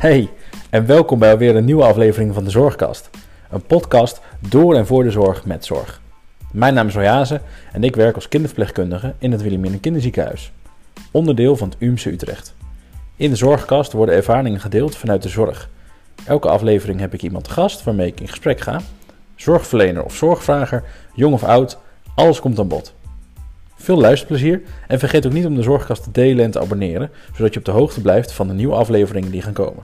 Hey, en welkom bij alweer een nieuwe aflevering van de Zorgkast. Een podcast door en voor de zorg met zorg. Mijn naam is Royaze en ik werk als kinderverpleegkundige in het Wilhelmina Kinderziekenhuis. Onderdeel van het UMC Utrecht. In de Zorgkast worden ervaringen gedeeld vanuit de zorg. Elke aflevering heb ik iemand te gast waarmee ik in gesprek ga. Zorgverlener of zorgvrager, jong of oud, alles komt aan bod. Veel luisterplezier en vergeet ook niet om de Zorgkast te delen en te abonneren, zodat je op de hoogte blijft van de nieuwe afleveringen die gaan komen.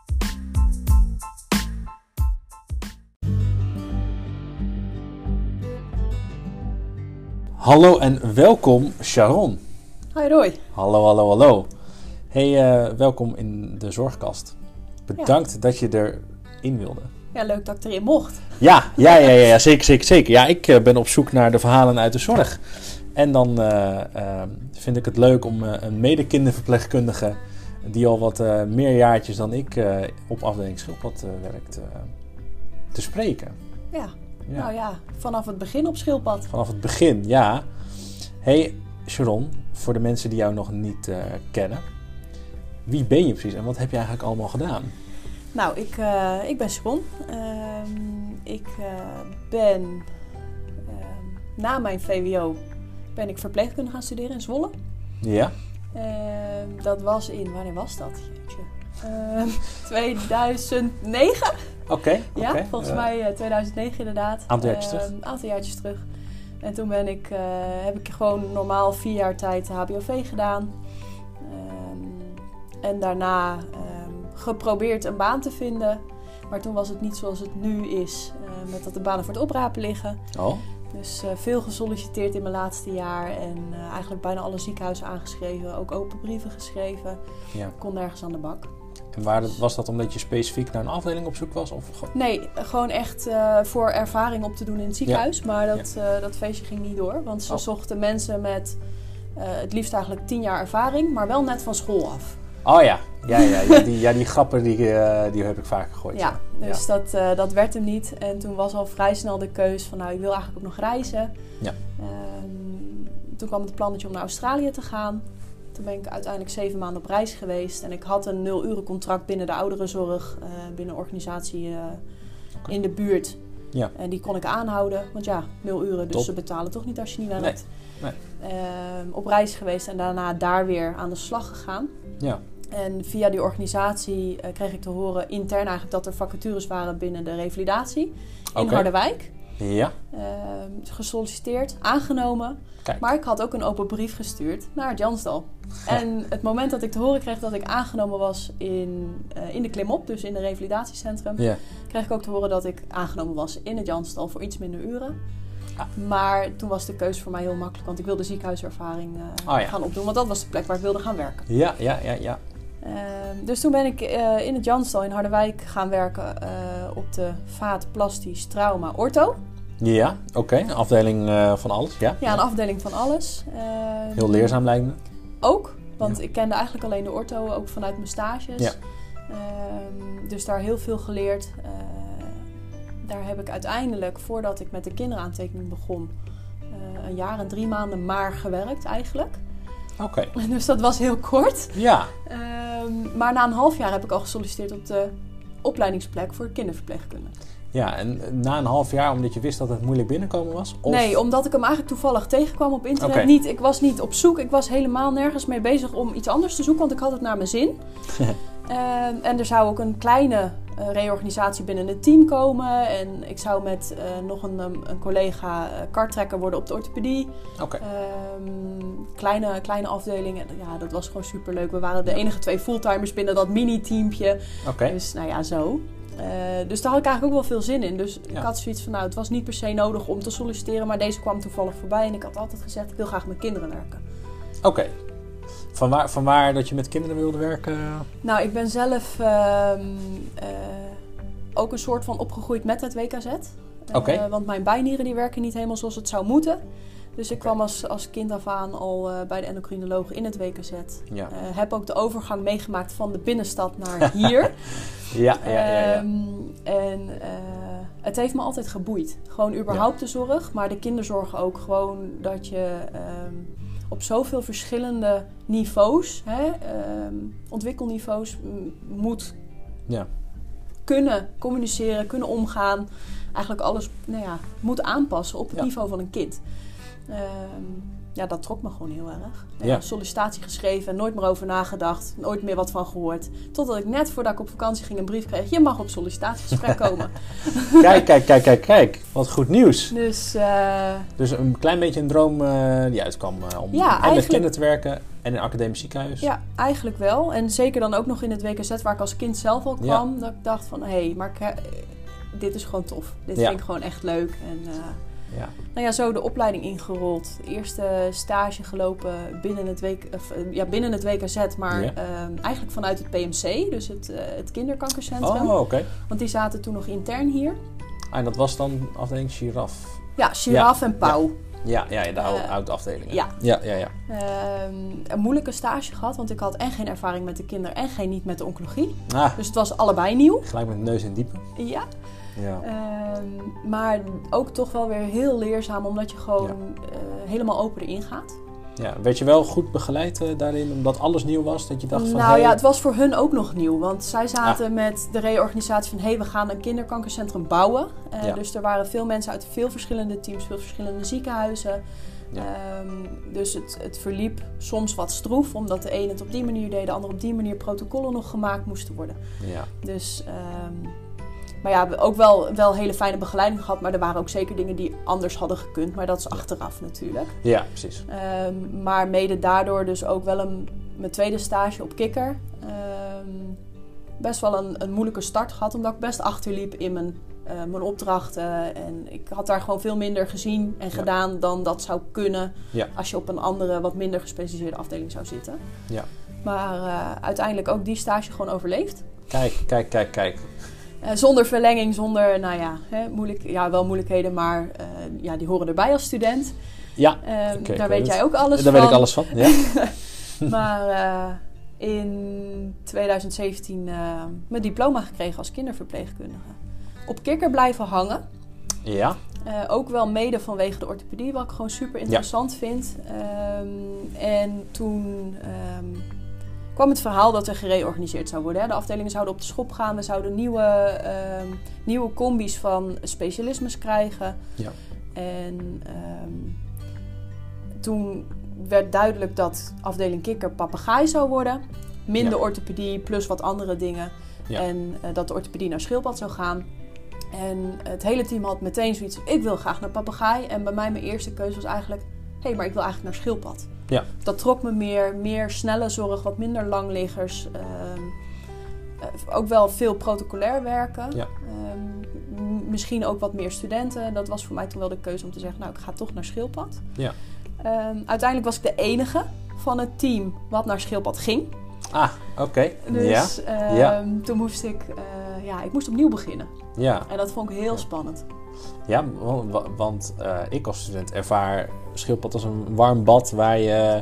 Hallo en welkom Sharon. Hoi Roy. Hallo. Hey, welkom in de Zorgkast. Bedankt dat je erin wilde. Ja, leuk dat ik erin mocht. Ja, zeker. Ja, ik ben op zoek naar de verhalen uit de zorg. En dan vind ik het leuk om een medekinderverpleegkundige die al wat meer jaartjes dan ik op afdeling Schildpad werkt, te spreken. Ja, nou ja, vanaf het begin op Schildpad. Vanaf het begin, ja. Hey Sharon, voor de mensen die jou nog niet kennen, wie ben je precies en wat heb je eigenlijk allemaal gedaan? Nou, ik ben Sharon. Ik ben na mijn VWO ben ik verpleegkunde gaan studeren in Zwolle. Ja. Dat was wanneer was dat? 2009. Oké. Ja, volgens mij 2009 inderdaad. Aantal jaartjes terug. En toen heb ik gewoon normaal 4 jaar tijd HBOV gedaan. En daarna geprobeerd een baan te vinden. Maar toen was het niet zoals het nu is. Met dat de banen voor het oprapen liggen. Oh. Dus veel gesolliciteerd in mijn laatste jaar. En eigenlijk bijna alle ziekenhuizen aangeschreven. Ook open brieven geschreven. Ja. Ik kon nergens aan de bak. En was dat omdat je specifiek naar een afdeling op zoek was? Of? Nee, gewoon echt voor ervaring op te doen in het ziekenhuis. Ja. Maar dat feestje ging niet door. Want ze zochten mensen met het liefst eigenlijk 10 jaar ervaring. Maar wel net van school af. Oh ja. Die grappen die heb ik vaak gegooid. Ja, dus dat werd hem niet. En toen was al vrij snel de keus van ik wil eigenlijk ook nog reizen. Ja. Toen kwam het plannetje om naar Australië te gaan. Toen ben ik uiteindelijk 7 maanden op reis geweest. En ik had een 0-uren contract binnen de ouderenzorg. Binnen een organisatie in de buurt. Ja. En die kon ik aanhouden. Want 0 uren. Dus ze betalen toch niet als je niet werkt. Nee. Op reis geweest en daarna daar weer aan de slag gegaan. Ja. En via die organisatie kreeg ik te horen intern eigenlijk dat er vacatures waren binnen de revalidatie in Harderwijk. Ja. Gesolliciteerd, aangenomen. Kijk. Maar ik had ook een open brief gestuurd naar het Jansdal. En het moment dat ik te horen kreeg dat ik aangenomen was in de klimop, dus in het revalidatiecentrum, kreeg ik ook te horen dat ik aangenomen was in het Jansdal voor iets minder uren. Maar toen was de keuze voor mij heel makkelijk, want ik wilde ziekenhuiservaring gaan opdoen. Want dat was de plek waar ik wilde gaan werken. Ja. Dus toen ben ik in het Jansdal in Harderwijk gaan werken op de vaat, plastisch, trauma, ortho. Ja, oké. Een afdeling van alles, ja? Ja, een afdeling van alles. Heel leerzaam lijkt me. Ook, want ik kende eigenlijk alleen de ortho, ook vanuit mijn stages. Ja. Dus daar heel veel geleerd. Daar heb ik uiteindelijk, voordat ik met de kinderaantekening begon, 1 jaar en 3 maanden maar gewerkt eigenlijk. Oké. Dus dat was heel kort. Ja. Maar na een half jaar heb ik al gesolliciteerd op de opleidingsplek voor kinderverpleegkunde. Ja, en na een half jaar omdat je wist dat het moeilijk binnenkomen was? Of? Nee, omdat ik hem eigenlijk toevallig tegenkwam op internet. Okay. Ik was niet op zoek. Ik was helemaal nergens mee bezig om iets anders te zoeken, want ik had het naar mijn zin. En er zou ook een kleine reorganisatie binnen het team komen. En ik zou met nog een collega karttrekker worden op de orthopedie. Okay. Kleine afdeling. Ja, dat was gewoon superleuk. We waren de enige 2 fulltimers binnen dat mini-teampje. Okay. Dus zo. Dus daar had ik eigenlijk ook wel veel zin in. Dus ik had zoiets van, het was niet per se nodig om te solliciteren. Maar deze kwam toevallig voorbij. En ik had altijd gezegd, ik wil graag met kinderen werken. Oké. Vanwaar dat je met kinderen wilde werken? Nou, ik ben zelf ook een soort van opgegroeid met het WKZ. Want mijn bijnieren die werken niet helemaal zoals het zou moeten. Dus ik kwam als kind af aan al bij de endocrinoloog in het WKZ. Ja. Heb ook de overgang meegemaakt van de binnenstad naar hier. Ja. En het heeft me altijd geboeid. Gewoon überhaupt de zorg, maar de kinderzorg ook. Gewoon dat je op zoveel verschillende niveaus, ontwikkelniveaus, moet kunnen communiceren, kunnen omgaan. Eigenlijk alles moet aanpassen op het niveau van een kind. Dat trok me gewoon heel erg. Sollicitatie geschreven, nooit meer over nagedacht. Nooit meer wat van gehoord. Totdat ik net voordat ik op vakantie ging een brief kreeg. Je mag op sollicitatiegesprek komen. Kijk. Wat goed nieuws. Dus een klein beetje een droom die uitkwam om met kinderen te werken en in een academisch ziekenhuis. Ja, eigenlijk wel. En zeker dan ook nog in het WKZ waar ik als kind zelf al kwam. Dat ik dacht van, dit is gewoon tof. Dit vind ik gewoon echt leuk. En zo de opleiding ingerold. De eerste stage gelopen binnen het WKZ, maar eigenlijk vanuit het PMC, dus het kinderkankercentrum. Oh, oké. Want die zaten toen nog intern hier. En dat was dan afdeling Giraf? Ja, Giraf en Pauw. Ja, de oude afdeling. Ja. Een moeilijke stage gehad, want ik had en geen ervaring met de kinderen en niet met de oncologie. Dus het was allebei nieuw. Gelijk met neus in diepe. Ja. Maar ook toch wel weer heel leerzaam, omdat je gewoon helemaal open erin gaat. Ja, werd je wel goed begeleid daarin, omdat alles nieuw was? Dat je dacht van, het was voor hun ook nog nieuw. Want zij zaten met de reorganisatie van, we gaan een kinderkankercentrum bouwen. Dus er waren veel mensen uit veel verschillende teams, veel verschillende ziekenhuizen. Dus het verliep soms wat stroef, omdat de een het op die manier deed, de ander op die manier protocollen nog gemaakt moesten worden. Dus... Maar we hebben ook wel hele fijne begeleiding gehad. Maar er waren ook zeker dingen die anders hadden gekund. Maar dat is achteraf natuurlijk. Ja, precies. Maar mede daardoor dus ook wel mijn tweede stage op Kikker. Best wel een moeilijke start gehad. Omdat ik best achterliep in mijn opdrachten. En ik had daar gewoon veel minder gezien en gedaan dan dat zou kunnen. Als je op een andere, wat minder gespecialiseerde afdeling zou zitten. Maar uiteindelijk ook die stage gewoon overleefd. Kijk. Zonder verlenging, zonder, wel moeilijkheden, maar die horen erbij als student. Daar weet jij ook alles van. Daar weet ik alles van, ja. Maar in 2017 mijn diploma gekregen als kinderverpleegkundige. Op Kikker blijven hangen. Ja. Ook wel mede vanwege de orthopedie, wat ik gewoon super interessant vind. En toen... kwam het verhaal dat er gereorganiseerd zou worden. De afdelingen zouden op de schop gaan. We zouden nieuwe combi's van specialismes krijgen. En toen werd duidelijk dat afdeling Kikker papegaai zou worden. Minder orthopedie plus wat andere dingen. En dat de orthopedie naar schildpad zou gaan. En het hele team had meteen zoiets van, ik wil graag naar papegaai. En bij mij mijn eerste keuze was eigenlijk, maar ik wil eigenlijk naar schildpad. Dat trok me meer snelle zorg, wat minder langliggers. Ook wel veel protocolair werken. Misschien ook wat meer studenten. Dat was voor mij toen wel de keuze om te zeggen, ik ga toch naar schildpad. Uiteindelijk was ik de enige van het team wat naar schildpad ging. Oké. Dus toen moest ik moest opnieuw beginnen. En dat vond ik heel spannend. Ja, want ik als student ervaar schildpad als een warm bad waar je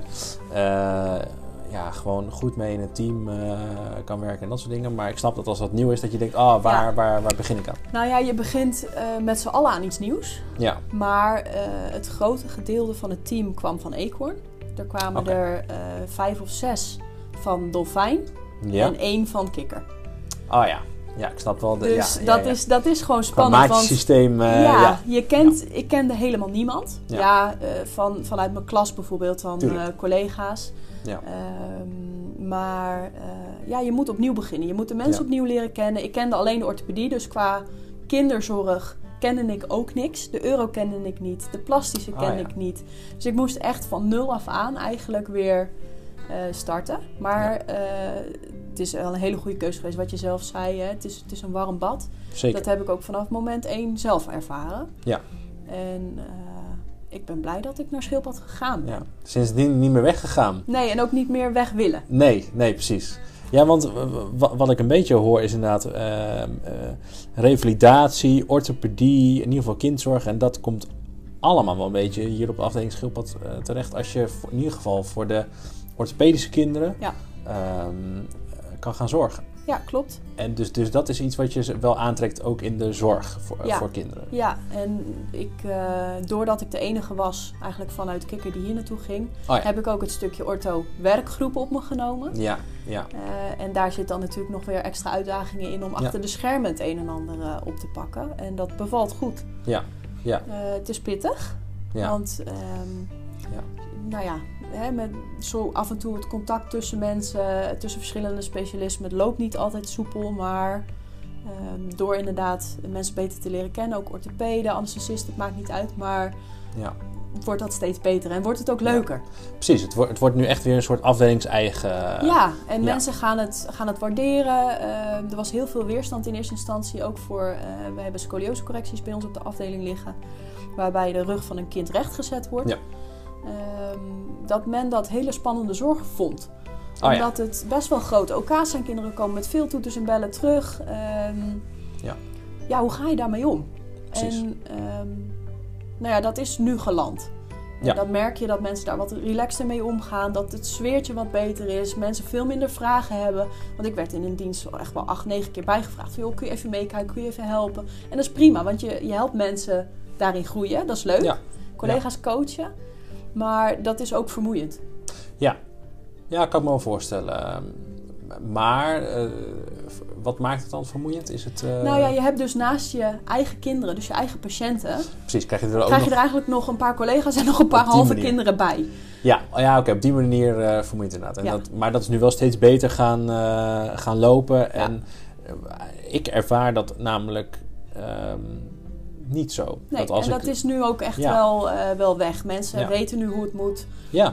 gewoon goed mee in het team kan werken en dat soort dingen. Maar ik snap dat als dat nieuw is, dat je denkt, waar begin ik aan? Je begint met z'n allen aan iets nieuws. Maar het grote gedeelte van het team kwam van Eekhoorn. Er kwamen er 5 of 6 van Dolfijn en 1 van Kikker. Ja, ik snap wel. Dus dat is gewoon spannend. Want systeem. Ik kende helemaal niemand. Vanuit mijn klas bijvoorbeeld dan collega's. Maar je moet opnieuw beginnen. Je moet de mensen opnieuw leren kennen. Ik kende alleen de orthopedie, dus qua kinderzorg kende ik ook niks. De euro kende ik niet. De plastische kende ik niet. Dus ik moest echt van 0 af aan eigenlijk weer starten. Maar het is wel een hele goede keuze geweest. Wat je zelf zei, het is een warm bad. Zeker. Dat heb ik ook vanaf moment 1 zelf ervaren. En ik ben blij dat ik naar schildpad gegaan ben. Sindsdien niet meer weggegaan. Nee, en ook niet meer weg willen. Nee, precies. Ja, want wat ik een beetje hoor is inderdaad revalidatie, orthopedie, in ieder geval kindzorg. En dat komt allemaal wel een beetje hier op de afdeling schildpad terecht. Als je in ieder geval voor de orthopedische kinderen kan gaan zorgen. Ja, klopt. En dus dat is iets wat je wel aantrekt ook in de zorg voor kinderen. Ja, en doordat ik de enige was eigenlijk vanuit Kikker die hier naartoe ging, heb ik ook het stukje ortho werkgroep op me genomen. Ja. En daar zit dan natuurlijk nog weer extra uitdagingen in om achter de schermen het een en ander op te pakken. En dat bevalt goed. Ja. Het is pittig, want met zo af en toe het contact tussen mensen, tussen verschillende specialisten, het loopt niet altijd soepel, maar door inderdaad mensen beter te leren kennen, ook orthopeden, anesthesisten, het maakt niet uit, maar wordt dat steeds beter en wordt het ook leuker. Ja. Precies, het wordt nu echt weer een soort afdelingseigen. Mensen gaan het waarderen. Er was heel veel weerstand in eerste instantie, ook voor, we hebben scoliosecorrecties bij ons op de afdeling liggen, waarbij de rug van een kind rechtgezet wordt. Ja. Dat men dat hele spannende zorg vond. Omdat het best wel grote OK's zijn. Kinderen komen met veel toeters en bellen terug. Hoe ga je daarmee om? Precies. En dat is nu geland. En dat merk je dat mensen daar wat relaxter mee omgaan. Dat het sfeertje wat beter is. Mensen veel minder vragen hebben. Want ik werd in een dienst echt wel 8-9 keer bijgevraagd. Kun je even meekijken? Kun je even helpen? En dat is prima. Want je helpt mensen daarin groeien. Dat is leuk. Ja. Collega's coachen. Maar dat is ook vermoeiend. Ja, kan ik me wel voorstellen. Maar wat maakt het dan vermoeiend? Is het, je hebt dus naast je eigen kinderen, dus je eigen patiënten... Precies, krijg je er eigenlijk nog een paar collega's en nog een paar halve kinderen bij. Ja, oké, op die manier vermoeiend inderdaad. En maar dat is nu wel steeds beter gaan lopen. Ja. En ik ervaar dat namelijk... niet zo. Nee, dat is nu ook echt wel weg. Mensen weten nu hoe het moet. Ja.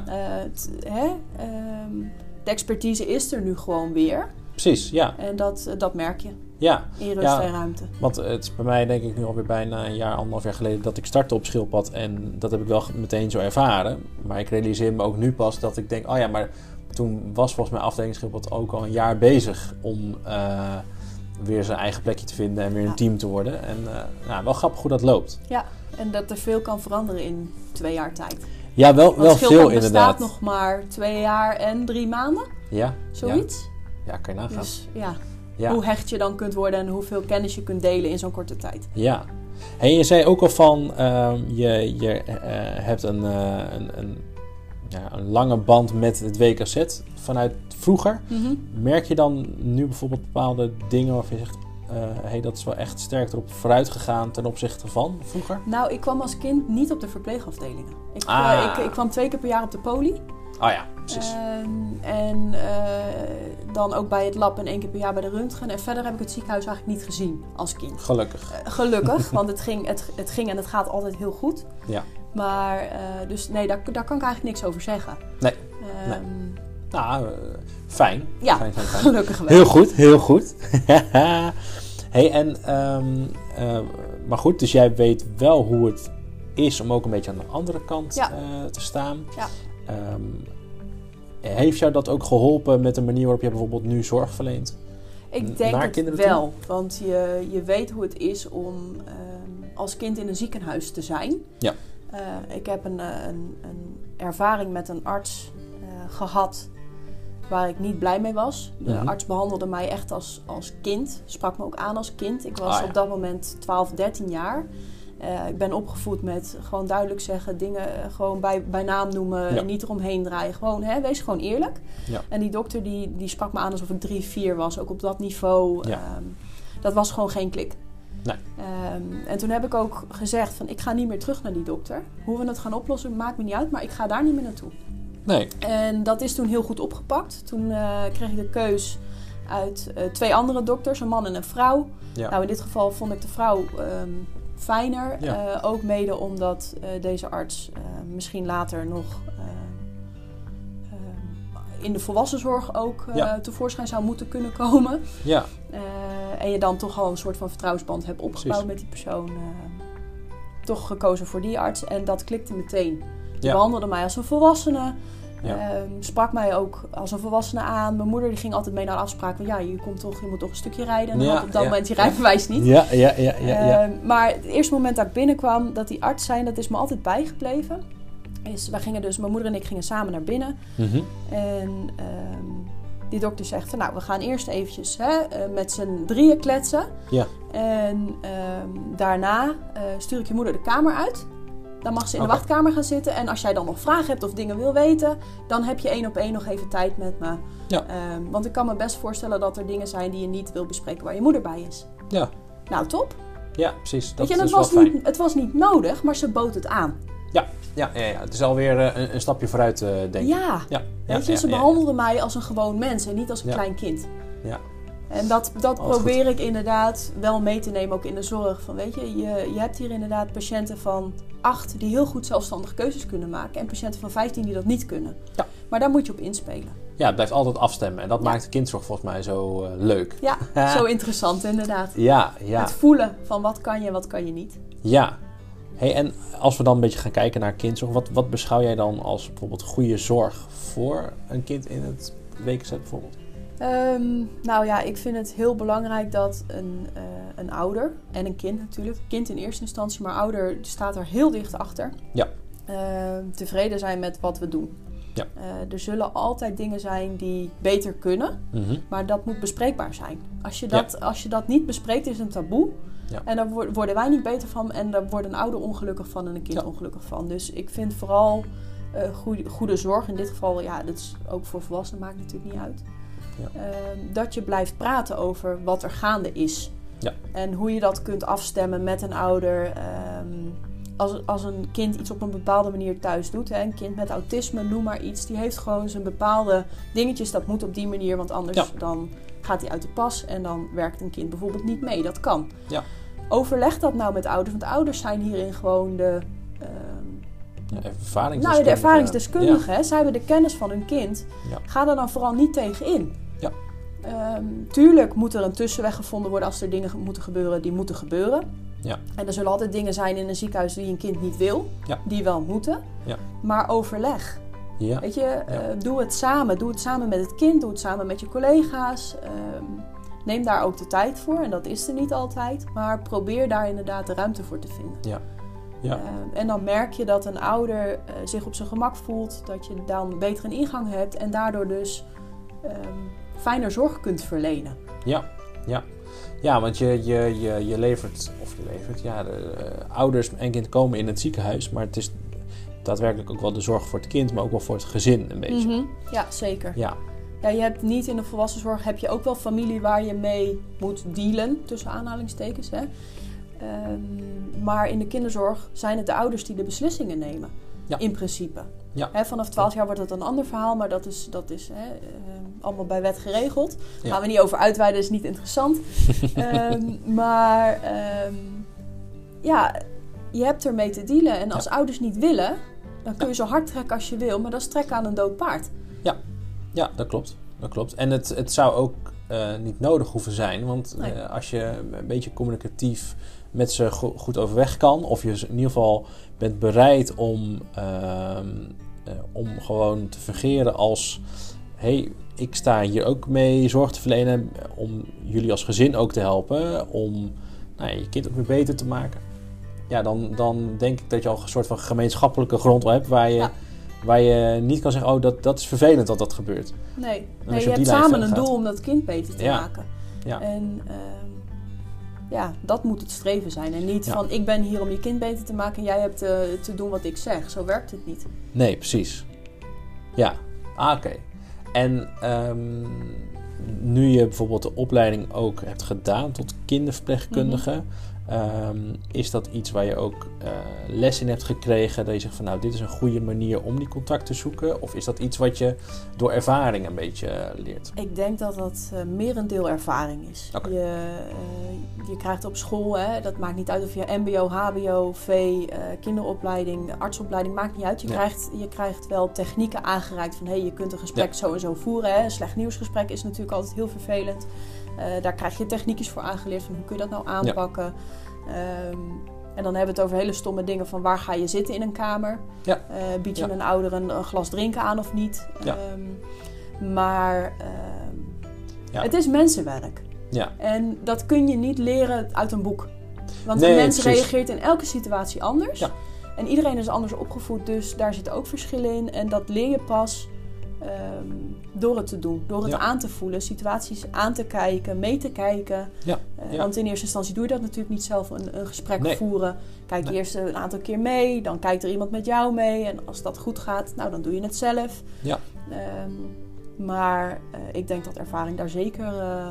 De expertise is er nu gewoon weer. Precies, ja. En dat merk je. Ja. In rust en ruimte. Want het is bij mij denk ik nu alweer bijna een jaar, 1,5 jaar geleden dat ik startte op Schildpad. En dat heb ik wel meteen zo ervaren. Maar ik realiseer me ook nu pas dat ik denk, maar toen was volgens mij afdeling Schildpad ook al een jaar bezig om... weer zijn eigen plekje te vinden en weer een team te worden. En wel grappig hoe dat loopt. Ja, en dat er veel kan veranderen in 2 jaar tijd. Ja, wel veel inderdaad. Het bestaat nog maar 2 jaar en 3 maanden. Ja. Zoiets. Ja, kan je nagaan. Dus hoe hecht je dan kunt worden en hoeveel kennis je kunt delen in zo'n korte tijd. Ja. En je zei ook al van, je hebt een lange band met het WKZ vanuit vroeger. Mm-hmm. Merk je dan nu bijvoorbeeld bepaalde dingen waarvan je zegt... dat is wel echt sterk erop vooruit gegaan ten opzichte van vroeger? Nou, ik kwam als kind niet op de verpleegafdelingen. Ik kwam 2 keer per jaar op de poli. Oh ja, precies. Dan ook bij het lab en 1 keer per jaar bij de röntgen. En verder heb ik het ziekenhuis eigenlijk niet gezien als kind. Gelukkig, want het ging en het gaat altijd heel goed. Ja. Maar, daar kan ik eigenlijk niks over zeggen. Nee. Fijn. Ja, fijn. Gelukkig wel. Heel goed. Maar goed, dus jij weet wel hoe het is om ook een beetje aan de andere kant te staan. Ja. Heeft jou dat ook geholpen met de manier waarop je bijvoorbeeld nu zorg verleent? Ik denk het wel, want je weet hoe het is om als kind in een ziekenhuis te zijn. Ja. Ik heb een ervaring met een arts gehad waar ik niet blij mee was. De arts behandelde mij echt als kind. Sprak me ook aan als kind. Ik was op dat moment 12, 13 jaar. Ik ben opgevoed met gewoon duidelijk zeggen, dingen gewoon bij naam noemen en niet eromheen draaien. Gewoon, wees gewoon eerlijk. Ja. En die dokter die sprak me aan alsof ik 3, 4 was, ook op dat niveau. Ja. Dat was gewoon geen klik. Nee. En toen heb ik ook gezegd van ik ga niet meer terug naar die dokter. Hoe we het gaan oplossen maakt me niet uit, maar ik ga daar niet meer naartoe. Nee. En dat is toen heel goed opgepakt. Toen kreeg ik de keus uit 2 andere dokters, een man en een vrouw. Ja. Nou, in dit geval vond ik de vrouw fijner. Ja. Ook mede omdat deze arts misschien later nog in de volwassenzorg ook tevoorschijn zou moeten kunnen komen. Ja. En je dan toch al een soort van vertrouwensband hebt opgebouwd met die persoon. Toch gekozen voor die arts. En dat klikte meteen. Die behandelde mij als een volwassene. Ja. Sprak mij ook als een volwassene aan. Mijn moeder die ging altijd mee naar de afspraak van je moet toch een stukje rijden. En dan had op dat moment je rijbewijs niet. Ja. Maar het eerste moment dat ik binnenkwam, dat die arts zei, dat is me altijd bijgebleven. Mijn moeder en ik gingen samen naar binnen. Mm-hmm. En die dokter zegt van nou, we gaan eerst eventjes met z'n drieën kletsen. Ja. En daarna stuur ik je moeder de kamer uit. Dan mag ze in de wachtkamer gaan zitten. En als jij dan nog vragen hebt of dingen wil weten, dan heb je 1 op 1 nog even tijd met me. Ja. Want ik kan me best voorstellen dat er dingen zijn die je niet wil bespreken waar je moeder bij is. Ja. Nou, top. Ja, precies. Dat Weet je, is wel fijn. Het was niet nodig, maar ze bood het aan. Ja. Het is alweer een stapje vooruit, denk ik. Ja. Weet je, ze behandelden mij als een gewoon mens en niet als een klein kind. Ja. En dat probeer ik inderdaad wel mee te nemen, ook in de zorg. Van, weet je hebt hier inderdaad patiënten van 8 die heel goed zelfstandige keuzes kunnen maken. En patiënten van 15 die dat niet kunnen. Ja. Maar daar moet je op inspelen. Ja, het blijft altijd afstemmen. En dat maakt de kindzorg volgens mij zo leuk. Ja, zo interessant inderdaad. Ja. Het voelen van wat kan je en wat kan je niet. Ja. Hey, en als we dan een beetje gaan kijken naar kindzorg. Wat beschouw jij dan als bijvoorbeeld goede zorg voor een kind in het WKZ bijvoorbeeld? Nou ja, ik vind het heel belangrijk dat een ouder en een kind natuurlijk, kind in eerste instantie, maar ouder staat er heel dicht achter. Ja. Tevreden zijn met wat we doen. Ja. Er zullen altijd dingen zijn die beter kunnen, maar dat moet bespreekbaar zijn. Als je dat niet bespreekt, is het een taboe. Ja. En daar worden wij niet beter van en daar wordt een ouder ongelukkig van en een kind ongelukkig van. Dus ik vind vooral goede zorg, in dit geval, dat is ook voor volwassenen, maakt natuurlijk niet uit. Ja. Dat je blijft praten over wat er gaande is. Ja. En hoe je dat kunt afstemmen met een ouder. Als een kind iets op een bepaalde manier thuis doet. Een kind met autisme, noem maar iets. Die heeft gewoon zijn bepaalde dingetjes. Dat moet op die manier, want anders dan gaat hij uit de pas. En dan werkt een kind bijvoorbeeld niet mee. Dat kan. Ja. Overleg dat nou met ouders. Want ouders zijn hierin gewoon de ervaringsdeskundigen. Ja. Zij hebben de kennis van hun kind. Ja. Ga er dan vooral niet tegen in. Ja. Tuurlijk moet er een tussenweg gevonden worden als er dingen moeten gebeuren die moeten gebeuren. Ja. En er zullen altijd dingen zijn in een ziekenhuis die een kind niet wil. Ja. Die wel moeten. Ja. Maar overleg. Ja. Weet je, doe het samen. Doe het samen met het kind. Doe het samen met je collega's. Neem daar ook de tijd voor. En dat is er niet altijd. Maar probeer daar inderdaad de ruimte voor te vinden. Ja. Ja. En dan merk je dat een ouder zich op zijn gemak voelt. Dat je dan beter een ingang hebt. En daardoor dus fijner zorg kunt verlenen. Ja, want je levert. De ouders en kind komen in het ziekenhuis. Maar het is daadwerkelijk ook wel de zorg voor het kind. Maar ook wel voor het gezin een beetje. Mm-hmm. Ja, zeker. Ja, je hebt niet in de volwassenzorg. Heb je ook wel familie waar je mee moet dealen. Tussen aanhalingstekens. Hè? Maar in de kinderzorg zijn het de ouders die de beslissingen nemen. Ja. In principe. Ja. Vanaf 12 jaar wordt het een ander verhaal, maar dat is allemaal bij wet geregeld. Daar gaan we niet over uitweiden, dat is niet interessant. Je hebt ermee te dealen. En als ouders niet willen, dan kun je zo hard trekken als je wil, maar dat is trekken aan een dood paard. Ja, dat klopt. En het zou ook niet nodig hoeven zijn, want als je een beetje communicatief met ze goed overweg kan, of je in ieder geval bent bereid om gewoon te fungeren als ik sta hier ook mee zorg te verlenen om jullie als gezin ook te helpen, om je kind ook weer beter te maken. Ja, dan denk ik dat je al een soort van gemeenschappelijke grond hebt waar je niet kan zeggen, dat is vervelend dat dat gebeurt. Nee, je hebt samen een doel om dat kind beter te maken. Ja. En dat moet het streven zijn. En niet van, ik ben hier om je kind beter te maken en jij hebt te doen wat ik zeg. Zo werkt het niet. Nee, precies. Ja, oké. En nu je bijvoorbeeld de opleiding ook hebt gedaan tot kinderverpleegkundige, is dat iets waar je ook les in hebt gekregen? Dat je zegt van dit is een goede manier om die contact te zoeken? Of is dat iets wat je door ervaring een beetje leert? Ik denk dat dat merendeel ervaring is. Okay. Je krijgt op school, dat maakt niet uit of je mbo, hbo, v, kinderopleiding, artsopleiding, maakt niet uit. Je krijgt wel technieken aangereikt van je kunt een gesprek zo en zo voeren. Een slecht nieuwsgesprek is natuurlijk altijd heel vervelend. Daar krijg je techniekjes voor aangeleerd van hoe kun je dat nou aanpakken. En dan hebben we het over hele stomme dingen van waar ga je zitten in een kamer. Ja. Bied je een ouder een glas drinken aan of niet. Ja. Het is mensenwerk. Ja. En dat kun je niet leren uit een boek. Want een mens reageert in elke situatie anders. Ja. En iedereen is anders opgevoed, dus daar zitten ook verschillen in. En dat leer je pas door het te doen. Door het aan te voelen, situaties aan te kijken, mee te kijken. Ja. Want in eerste instantie doe je dat natuurlijk niet zelf een gesprek voeren. Kijk eerst een aantal keer mee, dan kijkt er iemand met jou mee. En als dat goed gaat, nou dan doe je het zelf. Ja. Maar ik denk dat ervaring daar zeker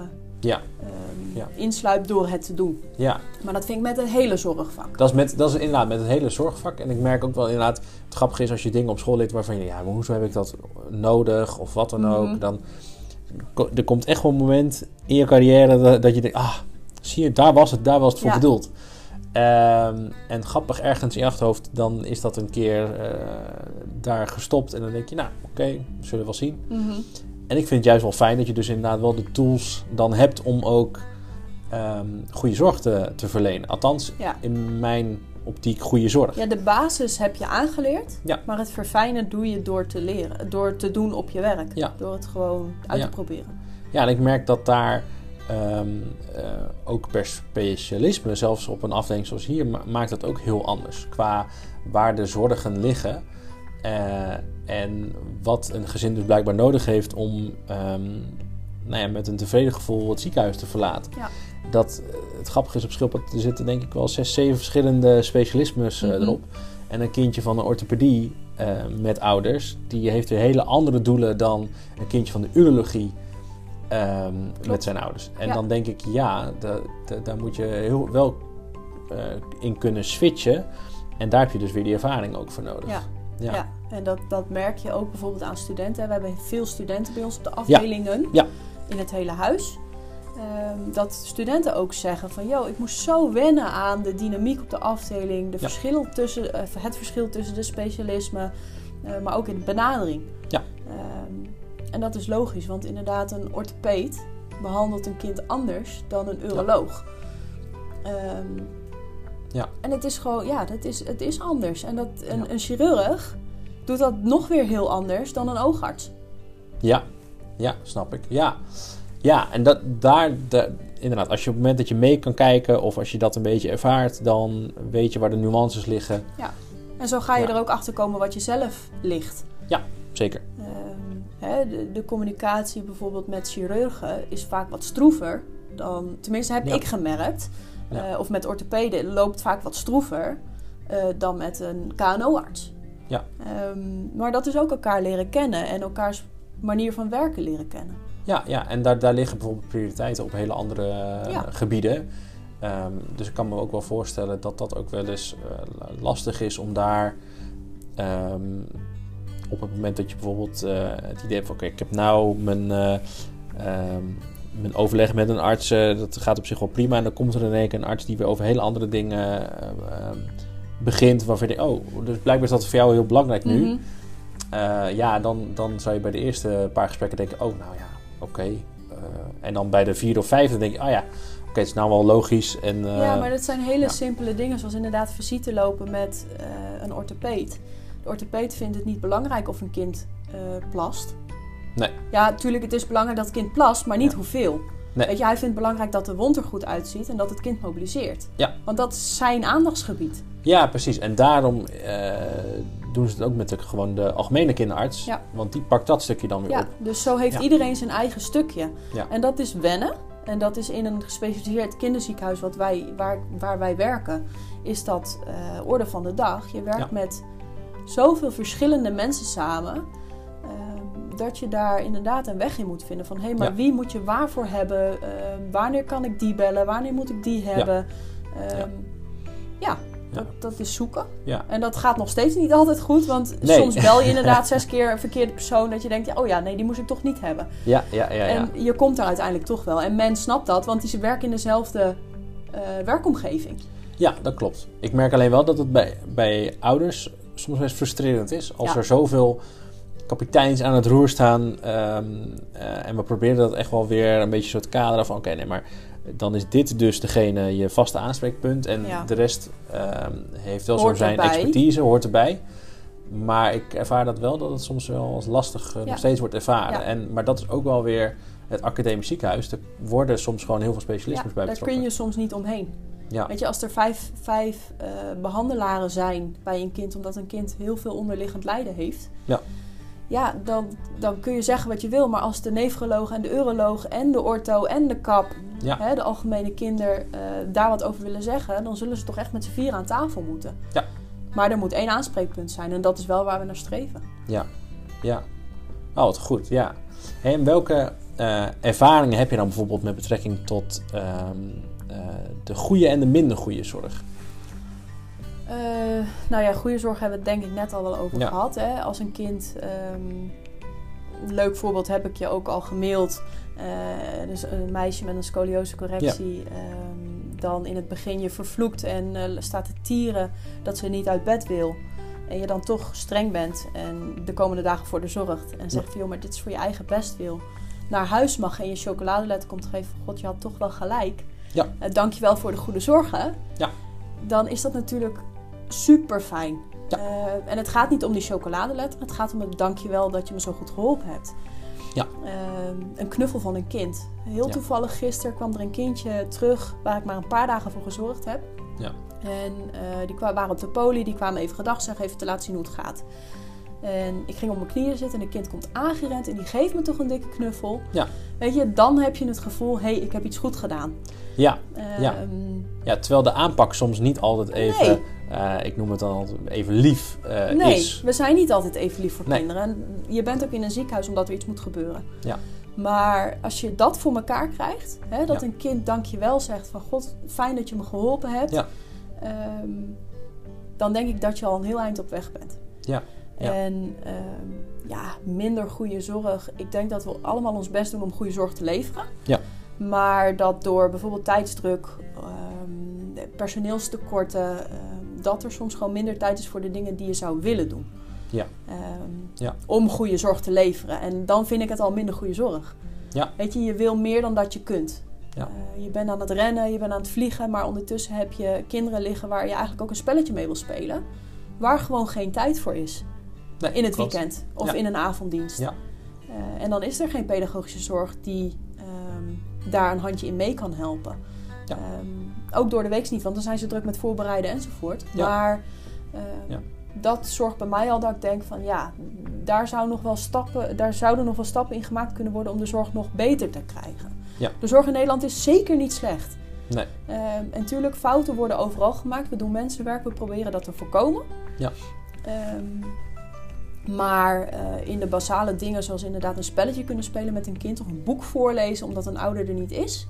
insluipt door het te doen. Ja. Maar dat vind ik met het hele zorgvak. Dat is inderdaad met het hele zorgvak. En ik merk ook wel inderdaad, het grappige is als je dingen op school leert waarvan je, maar hoezo heb ik dat nodig of wat dan ook. Dan er komt echt wel een moment in je carrière dat je denkt, zie je, daar was het voor bedoeld. En grappig, ergens in je achterhoofd, dan is dat een keer daar gestopt. En dan denk je, nou oké, we zullen wel zien. Mm-hmm. En ik vind het juist wel fijn dat je dus inderdaad wel de tools dan hebt om ook goede zorg te verlenen. Althans, in mijn optiek goede zorg. Ja, de basis heb je aangeleerd. Ja. Maar het verfijnen doe je door te leren. Door te doen op je werk. Ja. Door het gewoon uit te proberen. Ja, en ik merk dat daar ook per specialisme, zelfs op een afdeling zoals hier, maakt dat ook heel anders. Qua waar de zorgen liggen. En wat een gezin dus blijkbaar nodig heeft om met een tevreden gevoel het ziekenhuis te verlaten. Ja. Het grappige is, op Schildpad er zitten denk ik wel 6-7 verschillende specialismes erop. En een kindje van de orthopedie met ouders, die heeft weer hele andere doelen dan een kindje van de urologie met zijn ouders. En dan denk ik, daar moet je wel in kunnen switchen. En daar heb je dus weer die ervaring ook voor nodig. Ja, en dat merk je ook bijvoorbeeld aan studenten. We hebben veel studenten bij ons op de afdelingen in het hele huis. Dat studenten ook zeggen van, ik moest zo wennen aan de dynamiek op de afdeling. Het verschil tussen de specialismen, maar ook in de benadering. Ja. En dat is logisch, want inderdaad een orthopeed behandelt een kind anders dan een uroloog. En het is gewoon, het is anders. En een chirurg doet dat nog weer heel anders dan een oogarts. Ja, snap ik. Ja, en inderdaad, als je op het moment dat je mee kan kijken of als je dat een beetje ervaart, dan weet je waar de nuances liggen. Ja, en zo ga je er ook achter komen wat je zelf ligt. Ja, zeker. De communicatie bijvoorbeeld met chirurgen is vaak wat stroever dan, tenminste heb ik gemerkt. Of met orthopeden loopt vaak wat stroever dan met een KNO-arts. Ja. Maar dat is ook elkaar leren kennen en elkaars manier van werken leren kennen. Ja, en daar liggen bijvoorbeeld prioriteiten op hele andere gebieden. Dus ik kan me ook wel voorstellen dat dat ook wel eens lastig is om daar op het moment dat je bijvoorbeeld het idee hebt van ik heb nou mijn overleg met een arts, dat gaat op zich wel prima. En dan komt er in één keer een arts die weer over hele andere dingen begint. Waarvan je denkt, dus blijkbaar is dat voor jou heel belangrijk nu. Mm-hmm. Dan zou je bij de eerste paar gesprekken denken, oké. En dan bij de 4e of 5e denk je, het is nou wel logisch. En, maar dat zijn hele simpele dingen, zoals inderdaad visite lopen met een orthopeed. De orthopeed vindt het niet belangrijk of een kind plast. Nee. Ja, natuurlijk, het is belangrijk dat het kind plast, maar niet hoeveel. Nee. Weet je, hij vindt het belangrijk dat de wond er goed uitziet en dat het kind mobiliseert. Ja. Want dat is zijn aandachtsgebied. Ja, precies. En daarom doen ze het ook met gewoon de algemene kinderarts. Ja. Want die pakt dat stukje dan weer op. Dus zo heeft iedereen zijn eigen stukje. Ja. En dat is wennen. En dat is in een gespecialiseerd kinderziekenhuis waar wij werken, is dat orde van de dag. Je werkt met zoveel verschillende mensen samen, dat je daar inderdaad een weg in moet vinden. Van, maar wie moet je waarvoor hebben? Wanneer kan ik die bellen? Wanneer moet ik die hebben? Dat is zoeken. Ja. En dat gaat nog steeds niet altijd goed. Want soms bel je inderdaad 6 keer een verkeerde persoon. Dat je denkt, die moest ik toch niet hebben. Ja. En je komt daar uiteindelijk toch wel. En men snapt dat, want die werken in dezelfde werkomgeving. Ja, dat klopt. Ik merk alleen wel dat het bij ouders soms best frustrerend is. Als er zoveel kapiteins aan het roer staan. En we proberen dat echt wel weer een beetje zo te kaderen van maar dan is dit dus degene je vaste aanspreekpunt. En de rest heeft wel zo zijn expertise, hoort erbij. Maar ik ervaar dat wel, dat het soms wel als lastig nog steeds wordt ervaren. Ja. Maar dat is ook wel weer het academisch ziekenhuis. Er worden soms gewoon heel veel specialismes bij betrokken. Daar kun je soms niet omheen. Ja. Weet je, als er vijf behandelaren zijn bij een kind, omdat een kind heel veel onderliggend lijden heeft. Ja, dan kun je zeggen wat je wil. Maar als de nefroloog en de uroloog en de ortho en de kap, de algemene kinder, daar wat over willen zeggen, dan zullen ze toch echt met z'n 4 aan tafel moeten. Ja. Maar er moet 1 aanspreekpunt zijn. En dat is wel waar we naar streven. Ja. Oh, wat goed, ja. En welke ervaringen heb je dan bijvoorbeeld met betrekking tot de goede en de minder goede zorg? Goede zorg hebben we het denk ik net al wel over gehad. Hè? Als een kind, een leuk voorbeeld heb ik je ook al gemaild. Dus een meisje met een scoliosecorrectie, dan in het begin je vervloekt en staat te tieren dat ze niet uit bed wil. En je dan toch streng bent en de komende dagen voor de zorgt. En zegt van, joh, maar dit is voor je eigen bestwil. Naar huis mag en je chocoladeletter komt geven van, god, je had toch wel gelijk. Ja. Dank je wel voor de goede zorgen. Ja. Dan is dat natuurlijk super fijn. Ja. En het gaat niet om die chocoladeletter. Het gaat om het dankjewel dat je me zo goed geholpen hebt. Ja. Een knuffel van een kind. Heel toevallig gisteren kwam er een kindje terug waar ik maar een paar dagen voor gezorgd heb. Ja. En die waren op de poli. Die kwamen even gedag zeggen, even te laten zien hoe het gaat. En ik ging op mijn knieën zitten en een kind komt aangerend en die geeft me toch een dikke knuffel. Ja. Weet je, dan heb je het gevoel, hé, ik heb iets goed gedaan. Ja, terwijl de aanpak soms niet altijd even, ik noem het dan altijd even lief is. We zijn niet altijd even lief voor kinderen. En je bent ook in een ziekenhuis omdat er iets moet gebeuren. Ja. Maar als je dat voor elkaar krijgt, dat een kind dankjewel zegt van, god, fijn dat je me geholpen hebt. Ja. Dan denk ik dat je al een heel eind op weg bent. Ja. En minder goede zorg. Ik denk dat we allemaal ons best doen om goede zorg te leveren. Ja. Maar dat door bijvoorbeeld tijdsdruk, personeelstekorten, dat er soms gewoon minder tijd is voor de dingen die je zou willen doen. Ja. Om goede zorg te leveren. En dan vind ik het al minder goede zorg. Ja. Weet je wil meer dan dat je kunt. Ja. Je bent aan het rennen, je bent aan het vliegen, maar ondertussen heb je kinderen liggen waar je eigenlijk ook een spelletje mee wil spelen. Waar gewoon geen tijd voor is. Nee, in het weekend of in een avonddienst. Ja. En dan is er geen pedagogische zorg die daar een handje in mee kan helpen. Ja. Ook door de week niet, want dan zijn ze druk met voorbereiden enzovoort. Ja. Maar dat zorgt bij mij al dat ik denk van daar zouden nog wel stappen in gemaakt kunnen worden om de zorg nog beter te krijgen. Ja. De zorg in Nederland is zeker niet slecht. Nee. En natuurlijk, fouten worden overal gemaakt. We doen mensenwerk, we proberen dat te voorkomen. Ja. Maar in de basale dingen, zoals inderdaad een spelletje kunnen spelen met een kind of een boek voorlezen omdat een ouder er niet is.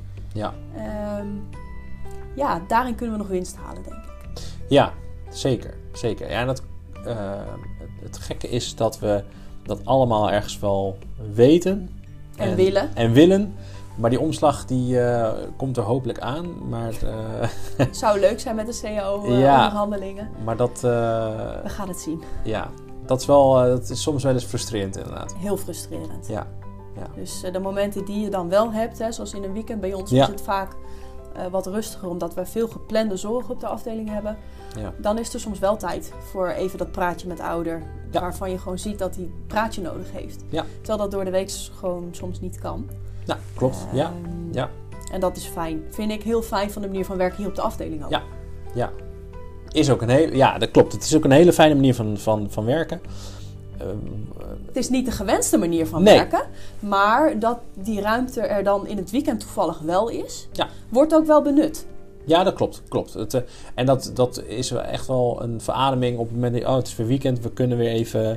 Ja. Daarin kunnen we nog winst halen, denk ik. Ja, zeker. Ja, en het gekke is dat we dat allemaal ergens wel weten. En willen. Maar die omslag die komt er hopelijk aan. Maar het zou leuk zijn met de CAO-onderhandelingen. Maar dat... we gaan het zien. Ja, dat is soms wel eens frustrerend inderdaad. Heel frustrerend. Ja. Dus de momenten die je dan wel hebt, zoals in een weekend. Bij ons is het vaak wat rustiger, omdat wij veel geplande zorg op de afdeling hebben. Ja. Dan is er soms wel tijd voor even dat praatje met ouder. Ja. Waarvan je gewoon ziet dat hij een praatje nodig heeft. Ja. Terwijl dat door de week gewoon soms niet kan. Ja, klopt. Ja. En dat is fijn. Vind ik heel fijn van de manier van werken hier op de afdeling ook. Ja. Is ook dat klopt. Het is ook een hele fijne manier van werken. Het is niet de gewenste manier van werken. Maar dat die ruimte er dan in het weekend toevallig wel is, wordt ook wel benut. Ja, dat klopt. En dat is echt wel een verademing op het moment dat het is weer weekend. We kunnen weer even...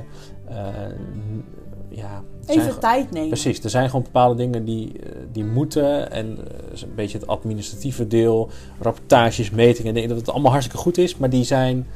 even tijd nemen. Precies, er zijn gewoon bepaalde dingen die moeten. En een beetje het administratieve deel, rapportages, metingen, denk dat het allemaal hartstikke goed is. Maar die zijn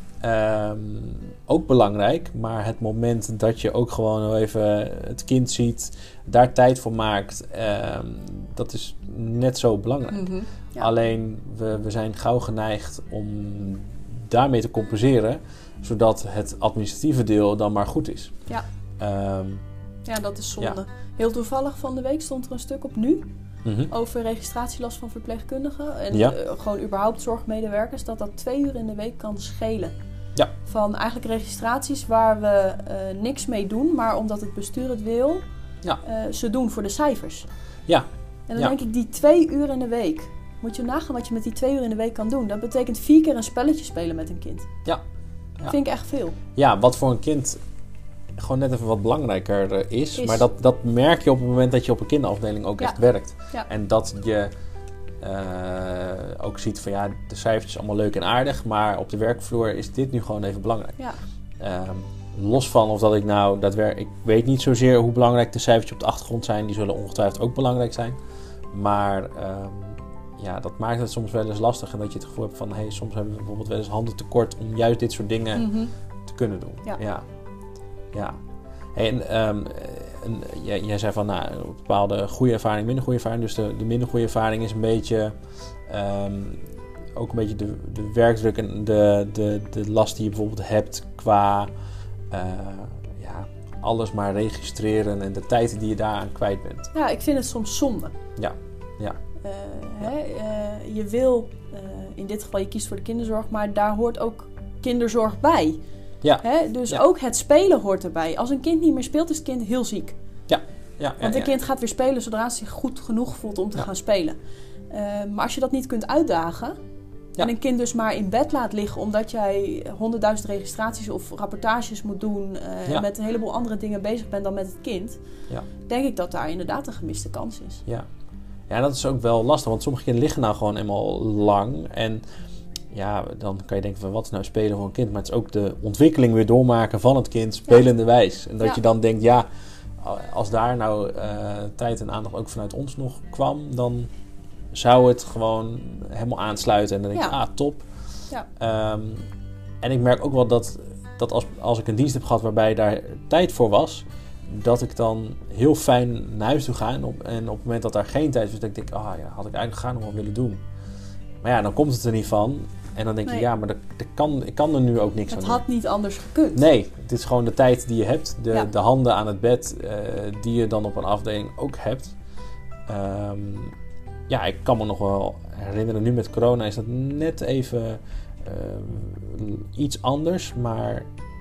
ook belangrijk. Maar het moment dat je ook gewoon even het kind ziet, daar tijd voor maakt, dat is net zo belangrijk. Mm-hmm, ja. Alleen, we zijn gauw geneigd om daarmee te compenseren, zodat het administratieve deel dan maar goed is. Ja. Ja, dat is zonde. Ja. Heel toevallig van de week stond er een stuk op Nu over registratielast van verpleegkundigen. En gewoon überhaupt zorgmedewerkers, dat 2 uur in de week kan schelen. Ja. Van eigenlijk registraties waar we niks mee doen, maar omdat het bestuur het wil, ze doen voor de cijfers. Ja. En dan denk ik, die 2 uur in de week, moet je nagaan wat je met die 2 uur in de week kan doen. Dat betekent 4 keer een spelletje spelen met een kind. Ja. Vind ik echt veel. Ja, wat voor een kind gewoon net even wat belangrijker is. Is. Maar dat merk je op het moment dat je op een kinderafdeling ook echt werkt. Ja. En dat je ook ziet van de cijfertjes allemaal leuk en aardig. Maar op de werkvloer is dit nu gewoon even belangrijk. Ja. Los van of dat ik nou ik weet niet zozeer hoe belangrijk de cijfertjes op de achtergrond zijn. Die zullen ongetwijfeld ook belangrijk zijn. Maar dat maakt het soms wel eens lastig. En dat je het gevoel hebt van soms hebben we bijvoorbeeld wel eens handen tekort om juist dit soort dingen te kunnen doen. Ja. Hey, jij zei van bepaalde goede ervaring, minder goede ervaring. Dus de minder goede ervaring is een beetje ook een beetje de werkdruk en de last die je bijvoorbeeld hebt qua alles maar registreren en de tijd die je daaraan kwijt bent. Ja, ik vind het soms zonde. Ja. Je wil, in dit geval je kiest voor de kinderzorg, maar daar hoort ook kinderzorg bij. Ja. Dus ook het spelen hoort erbij. Als een kind niet meer speelt, is het kind heel ziek. Want een kind gaat weer spelen zodra het zich goed genoeg voelt om te gaan spelen. Maar als je dat niet kunt uitdagen en een kind dus maar in bed laat liggen omdat jij 100.000 registraties of rapportages moet doen en met een heleboel andere dingen bezig bent dan met het kind, denk ik dat daar inderdaad een gemiste kans is. Ja, dat is ook wel lastig, want sommige kinderen liggen nou gewoon eenmaal lang en dan kan je denken van wat is nou spelen voor een kind, maar het is ook de ontwikkeling weer doormaken van het kind spelende wijs. En dat je dan denkt, als daar nou tijd en aandacht ook vanuit ons nog kwam, dan zou het gewoon helemaal aansluiten. En dan denk ik, top. Ja. En ik merk ook wel dat als ik een dienst heb gehad waarbij daar tijd voor was, dat ik dan heel fijn naar huis toe ga. En op het moment dat daar geen tijd is, dan denk ik, had ik eigenlijk graag nog wel willen doen. Maar dan komt het er niet van. En dan denk je, maar ik kan er nu ook niks aan doen. Het had niet anders gekund. Nee, dit is gewoon de tijd die je hebt. De handen aan het bed die je dan op een afdeling ook hebt. Ik kan me nog wel herinneren, nu met corona is dat net even iets anders. Maar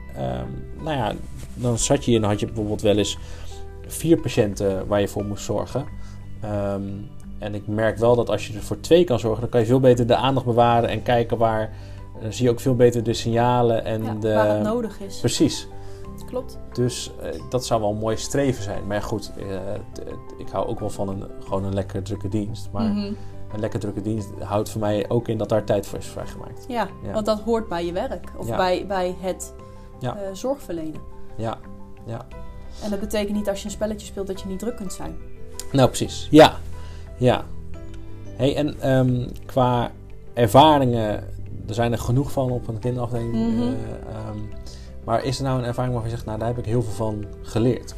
dan zat je en dan had je bijvoorbeeld wel eens 4 patiënten waar je voor moest zorgen. En ik merk wel dat als je er voor 2 kan zorgen, dan kan je veel beter de aandacht bewaren en kijken waar. Dan zie je ook veel beter de signalen en waar het nodig is. Precies. Klopt. Dus dat zou wel een mooi streven zijn. Maar goed, ik hou ook wel van gewoon een lekker drukke dienst. Maar een lekker drukke dienst houdt voor mij ook in dat daar tijd voor is vrijgemaakt. Ja, want dat hoort bij je werk. Of bij het zorgverlenen. Ja. En dat betekent niet als je een spelletje speelt dat je niet druk kunt zijn. Nou, precies. Ja. Hey, en qua ervaringen, er zijn er genoeg van op een kinderafdeling. Maar is er nou een ervaring waarvan je zegt, daar heb ik heel veel van geleerd?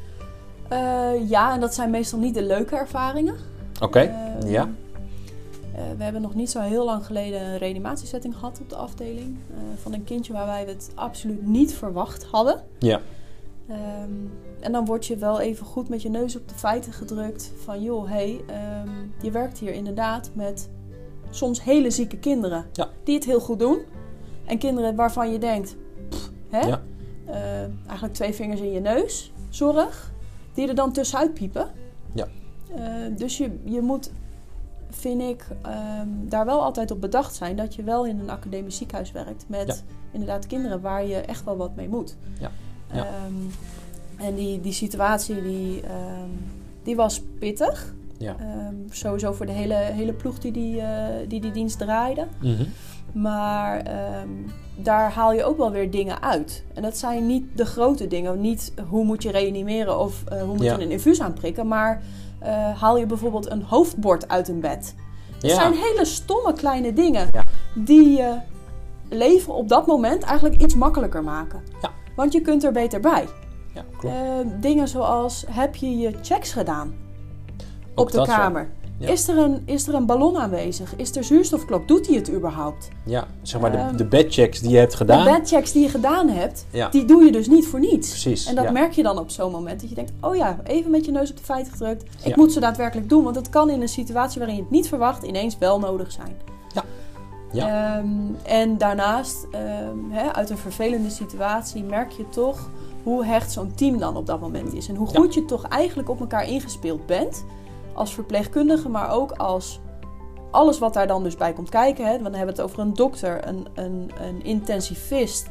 En dat zijn meestal niet de leuke ervaringen. Oké. We hebben nog niet zo heel lang geleden een reanimatiesetting gehad op de afdeling. Van een kindje waar wij het absoluut niet verwacht hadden. Ja. En dan word je wel even goed met je neus op de feiten gedrukt. Van je werkt hier inderdaad met soms hele zieke kinderen. Ja. Die het heel goed doen. En kinderen waarvan je denkt, eigenlijk 2 vingers in je neus, zorg. Die er dan tussenuit piepen. Ja. Dus je moet, vind ik, daar wel altijd op bedacht zijn dat je wel in een academisch ziekenhuis werkt met inderdaad kinderen waar je echt wel wat mee moet. Ja. Ja. En die situatie die was pittig. Ja. Sowieso voor de hele ploeg die dienst draaide. Mm-hmm. Maar daar haal je ook wel weer dingen uit. En dat zijn niet de grote dingen. Niet hoe moet je reanimeren of hoe moet je een infuus aanprikken. Maar haal je bijvoorbeeld een hoofdbord uit een bed. Het zijn hele stomme kleine dingen die je leven op dat moment eigenlijk iets makkelijker maken. Ja. Want je kunt er beter bij. Ja, klopt. Dingen zoals, heb je je checks gedaan op de kamer? Ja. Is er een ballon aanwezig? Is er zuurstofklok? Doet hij het überhaupt? Ja, zeg maar de bedchecks die je hebt gedaan. De bedchecks die je gedaan hebt, die doe je dus niet voor niets. Precies. En dat merk je dan op zo'n moment. Dat je denkt, even met je neus op de feiten gedrukt. Ik moet ze daadwerkelijk doen. Want het kan in een situatie waarin je het niet verwacht ineens wel nodig zijn. Ja. Ja. En daarnaast, uit een vervelende situatie merk je toch hoe hecht zo'n team dan op dat moment is. En hoe goed je toch eigenlijk op elkaar ingespeeld bent. Als verpleegkundige, maar ook als alles wat daar dan dus bij komt kijken. Want dan hebben we het over een dokter, een intensivist,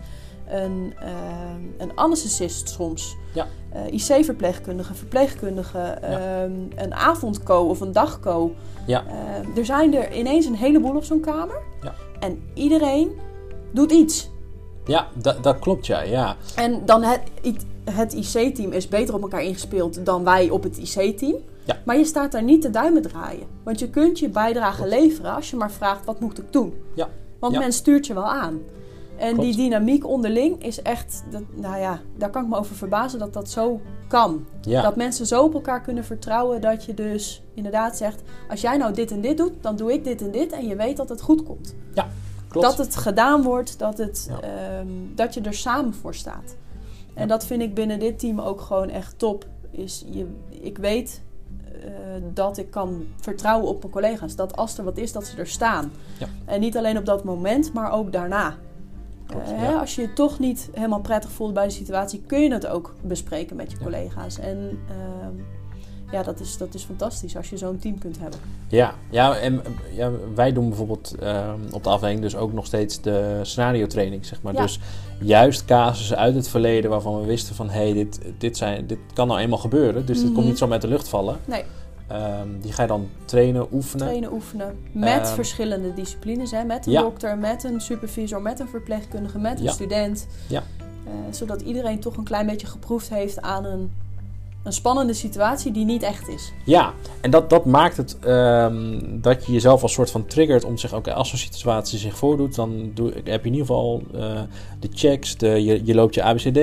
een anesthesist soms. Ja. IC-verpleegkundige, verpleegkundige, een avondco of een dagco. Ja. Er zijn er ineens een heleboel op zo'n kamer. Ja. En iedereen doet iets. Ja, dat klopt, ja. En dan het IC-team is beter op elkaar ingespeeld dan wij op het IC-team. Ja. Maar je staat daar niet te duimen draaien. Want je kunt je bijdrage leveren als je maar vraagt, wat moet ik doen? Ja. Want men stuurt je wel aan. En Klopt. die dynamiek onderling is echt, daar kan ik me over verbazen dat dat zo kan. Ja. Dat mensen zo op elkaar kunnen vertrouwen dat je dus inderdaad zegt, als jij nou dit en dit doet, dan doe ik dit en dit. En je weet dat het goed komt. Ja, klopt. Dat het gedaan wordt, dat je er samen voor staat. En dat vind ik binnen dit team ook gewoon echt top. Ik weet dat ik kan vertrouwen op mijn collega's. Dat als er wat is, dat ze er staan. Ja. En niet alleen op dat moment, maar ook daarna. Klopt, als je je toch niet helemaal prettig voelt bij de situatie, kun je het ook bespreken met je collega's. En dat is fantastisch als je zo'n team kunt hebben. En wij doen bijvoorbeeld op de afdeling dus ook nog steeds de scenario training, zeg maar. Ja. Dus juist casussen uit het verleden waarvan we wisten van, dit kan nou eenmaal gebeuren. Dus dit komt niet zo met de lucht vallen. Nee. Die ga je dan trainen, oefenen. Met verschillende disciplines. Hè? Met een dokter, met een supervisor, met een verpleegkundige, met een student. Ja. Zodat iedereen toch een klein beetje geproefd heeft aan een spannende situatie die niet echt is. Ja, en dat maakt het dat je jezelf als soort van triggert om te zeggen, oké, als zo'n situatie zich voordoet, dan heb je in ieder geval de checks, je loopt je ABCD.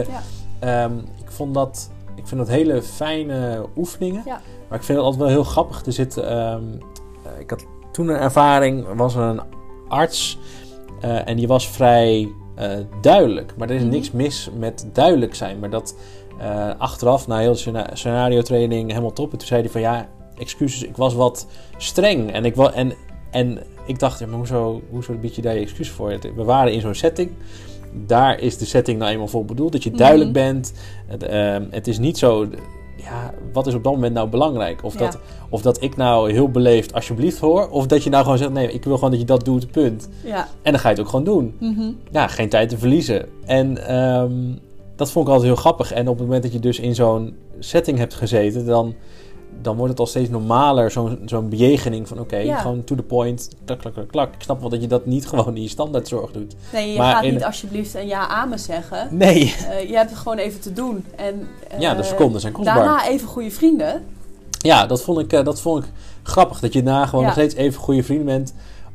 Ik vind dat hele fijne oefeningen. Ja. Maar ik vind het altijd wel heel grappig. Er zit, ik had toen een ervaring, was er een arts en die was vrij duidelijk. Maar er is niks mis met duidelijk zijn. Maar dat achteraf, na heel de scenario training, helemaal top. En toen zei hij van, ja, excuses, ik was wat streng. En ik dacht, ja, maar hoezo bied je daar je excuus voor? We waren in zo'n setting. Daar is de setting nou eenmaal voor bedoeld. Dat je duidelijk bent. Het is niet zo, ja, wat is op dat moment nou belangrijk? Of dat ik nou heel beleefd alsjeblieft hoor. Of dat je nou gewoon zegt, nee, ik wil gewoon dat je dat doet, punt. Ja. En dan ga je het ook gewoon doen. Mm-hmm. Ja, geen tijd te verliezen. En dat vond ik altijd heel grappig. En op het moment dat je dus in zo'n setting hebt gezeten, dan wordt het al steeds normaler, zo'n bejegening van gewoon to the point, klak. Ik snap wel dat je dat niet gewoon in je standaardzorg doet. Nee, je gaat niet alsjeblieft en ja amen zeggen. Nee. Je hebt het gewoon even te doen. En, de seconden zijn kostbaar. Daarna even goede vrienden. Ja, dat vond ik grappig. Dat je daarna gewoon nog steeds even goede vrienden bent.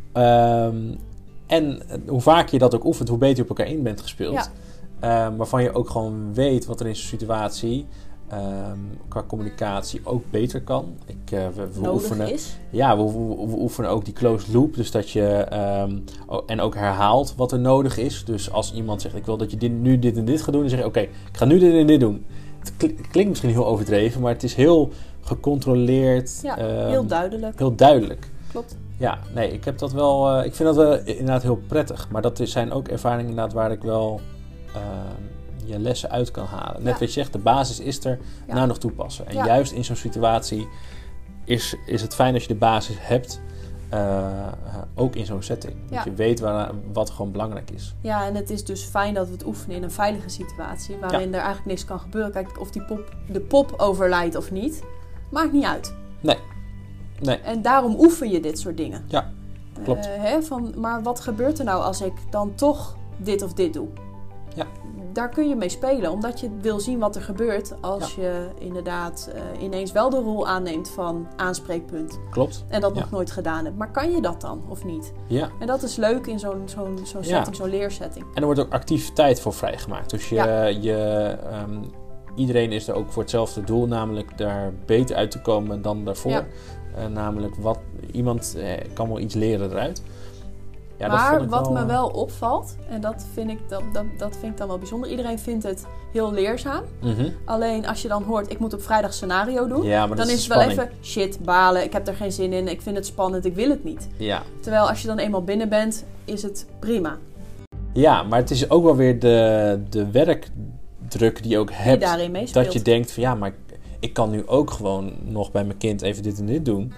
En hoe vaker je dat ook oefent, hoe beter je op elkaar in bent gespeeld. Ja. Waarvan je ook gewoon weet wat er in zo'n situatie qua communicatie ook beter kan. We oefenen, is. Ja, we oefenen ook die closed loop. Dus dat je en ook herhaalt wat er nodig is. Dus als iemand zegt, ik wil dat je nu dit en dit gaat doen, dan zeg je, oké, ik ga nu dit en dit doen. Het klinkt misschien heel overdreven, maar het is heel gecontroleerd. Ja, heel duidelijk. Heel duidelijk. Klopt. Ja, nee, ik heb dat wel. Ik vind dat wel inderdaad heel prettig. Maar dat zijn ook ervaringen inderdaad waar ik wel je lessen uit kan halen. Net wat je zegt, de basis is er, nou nog toepassen. En juist in zo'n situatie is het fijn als je de basis hebt, ook in zo'n setting. Dat je weet wat gewoon belangrijk is. Ja, en het is dus fijn dat we het oefenen in een veilige situatie, waarin er eigenlijk niks kan gebeuren. Kijk, of de pop overlijdt of niet, maakt niet uit. Nee. En daarom oefen je dit soort dingen. Ja, klopt. Maar wat gebeurt er nou als ik dan toch dit of dit doe? Ja. Daar kun je mee spelen, omdat je wil zien wat er gebeurt als je inderdaad ineens wel de rol aanneemt van aanspreekpunt. Klopt. En dat nog nooit gedaan hebt. Maar kan je dat dan, of niet? Ja. En dat is leuk in zo'n setting, zo'n leersetting. En er wordt ook actief tijd voor vrijgemaakt. Dus iedereen is er ook voor hetzelfde doel, namelijk daar beter uit te komen dan daarvoor. Ja. Namelijk, iemand kan wel iets leren eruit. Ja, maar wat me wel opvalt, en dat vind ik dan wel bijzonder. Iedereen vindt het heel leerzaam. Mm-hmm. Alleen als je dan hoort, ik moet op vrijdag scenario doen. Ja, dan is het wel even, shit, balen, ik heb er geen zin in. Ik vind het spannend, ik wil het niet. Ja. Terwijl als je dan eenmaal binnen bent, is het prima. Ja, maar het is ook wel weer de werkdruk die je ook hebt. Die daarin meespeelt. Dat je denkt van, ja, maar ik kan nu ook gewoon nog bij mijn kind even dit en dit doen.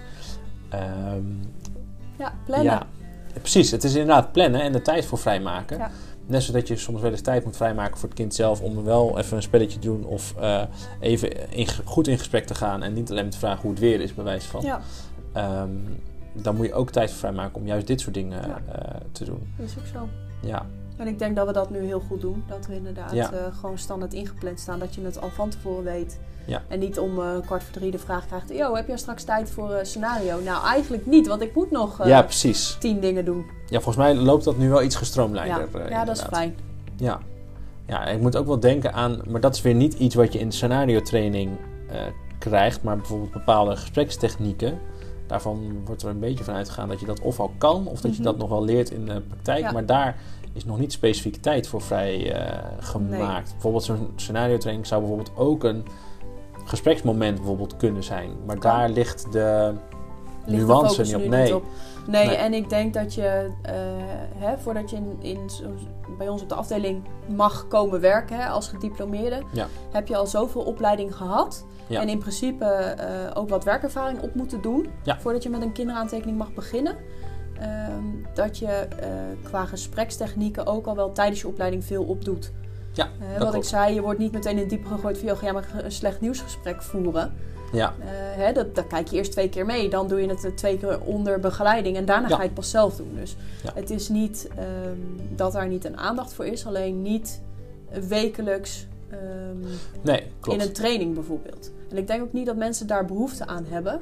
Plannen. Ja. Precies, het is inderdaad plannen en de tijd voor vrijmaken. Ja. Net zodat je soms wel eens tijd moet vrijmaken voor het kind zelf om wel even een spelletje te doen of even goed in gesprek te gaan en niet alleen maar te vragen hoe het weer is, bij wijze van. Ja. Dan moet je ook tijd voor vrijmaken om juist dit soort dingen te doen. Dat is ook zo. Ja. En ik denk dat we dat nu heel goed doen. Dat we inderdaad gewoon standaard ingepland staan. Dat je het al van tevoren weet. Ja. En niet om 2:45 de vraag krijgt... Yo, heb jij straks tijd voor een scenario? Nou, eigenlijk niet, want ik moet nog 10 dingen doen. Ja, volgens mij loopt dat nu wel iets gestroomlijnder. Ja, dat is fijn. Ja. Ja, ik moet ook wel denken aan... Maar dat is weer niet iets wat je in scenario training krijgt. Maar bijvoorbeeld bepaalde gesprekstechnieken. Daarvan wordt er een beetje van uitgegaan dat je dat of al kan... of dat je dat nog wel leert in de praktijk. Ja. Maar daar is nog niet specifiek tijd voor vrij gemaakt. Nee. Bijvoorbeeld zo'n scenario training zou bijvoorbeeld ook een gespreksmoment bijvoorbeeld kunnen zijn. Maar daar ligt de nuance niet op. Nee, en ik denk dat je, voordat je bij ons op de afdeling mag komen werken als gediplomeerde, heb je al zoveel opleiding gehad. Ja. En in principe ook wat werkervaring op moeten doen voordat je met een kinderaantekening mag beginnen. Dat je qua gesprekstechnieken ook al wel tijdens je opleiding veel opdoet. Ja, wat ik zei, je wordt niet meteen in het diepe gegooid van ga jij maar een slecht nieuwsgesprek voeren. Ja. Daar kijk je eerst 2 keer mee, dan doe je het 2 keer onder begeleiding en daarna ga je het pas zelf doen. Dus het is niet dat daar niet een aandacht voor is, alleen niet wekelijks in een training bijvoorbeeld. En ik denk ook niet dat mensen daar behoefte aan hebben.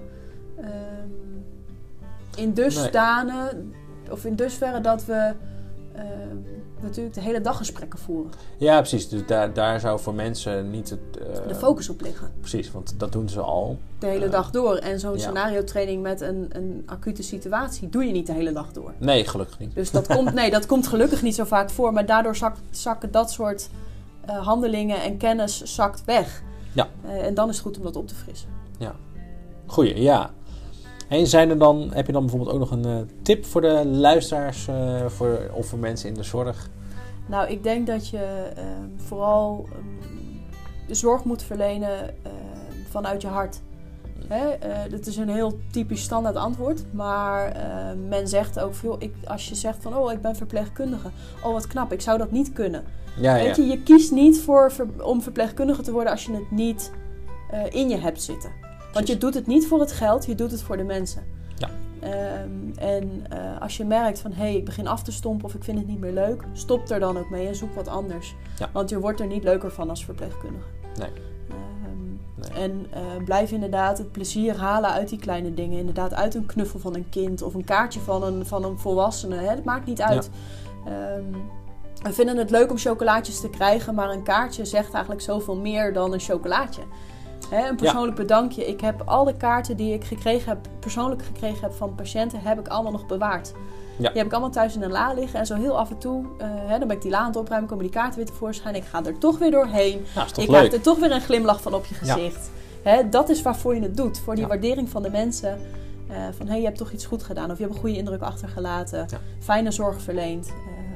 In dusverre dat we natuurlijk de hele dag gesprekken voeren. Ja, precies. Dus daar zou voor mensen niet de focus op liggen. Precies, want dat doen ze al. De hele dag door. En zo'n scenario training met een acute situatie doe je niet de hele dag door. Nee, gelukkig niet. Dus dat komt gelukkig niet zo vaak voor. Maar daardoor zakken dat soort handelingen en kennis zakt weg. Ja. En dan is het goed om dat op te frissen. Ja. Goeie, ja. En heb je dan bijvoorbeeld ook nog een tip voor de luisteraars of voor mensen in de zorg? Nou, ik denk dat je vooral de zorg moet verlenen vanuit je hart. Dat is een heel typisch standaard antwoord. Maar men zegt ook veel, als je zegt van ik ben verpleegkundige. Oh, wat knap, ik zou dat niet kunnen. Weet je, je kiest niet om verpleegkundige te worden als je het niet in je hebt zitten. Want je doet het niet voor het geld, je doet het voor de mensen. Ja. Als je merkt van ik begin af te stompen of ik vind het niet meer leuk, stop er dan ook mee en zoek wat anders. Ja. Want je wordt er niet leuker van als verpleegkundige. Nee. En blijf inderdaad het plezier halen uit die kleine dingen. Inderdaad uit een knuffel van een kind of een kaartje van een volwassene. Het maakt niet uit. Ja. We vinden het leuk om chocolaatjes te krijgen, maar een kaartje zegt eigenlijk zoveel meer dan een chocolaatje. Een persoonlijk bedankje. Ik heb al de kaarten die ik persoonlijk gekregen heb van patiënten, heb ik allemaal nog bewaard. Ja. Die heb ik allemaal thuis in een la liggen. En zo heel af en toe, dan ben ik die la aan het opruimen, komen die kaarten weer tevoorschijn. Ik ga er toch weer doorheen. Ik krijg er toch weer een glimlach van op je gezicht. Ja. Dat is waarvoor je het doet. Voor die waardering van de mensen. Van je hebt toch iets goed gedaan. Of je hebt een goede indruk achtergelaten. Ja. Fijne zorg verleend.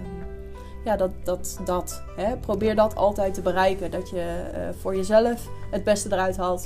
Probeer dat altijd te bereiken. Dat je voor jezelf het beste eruit haalt.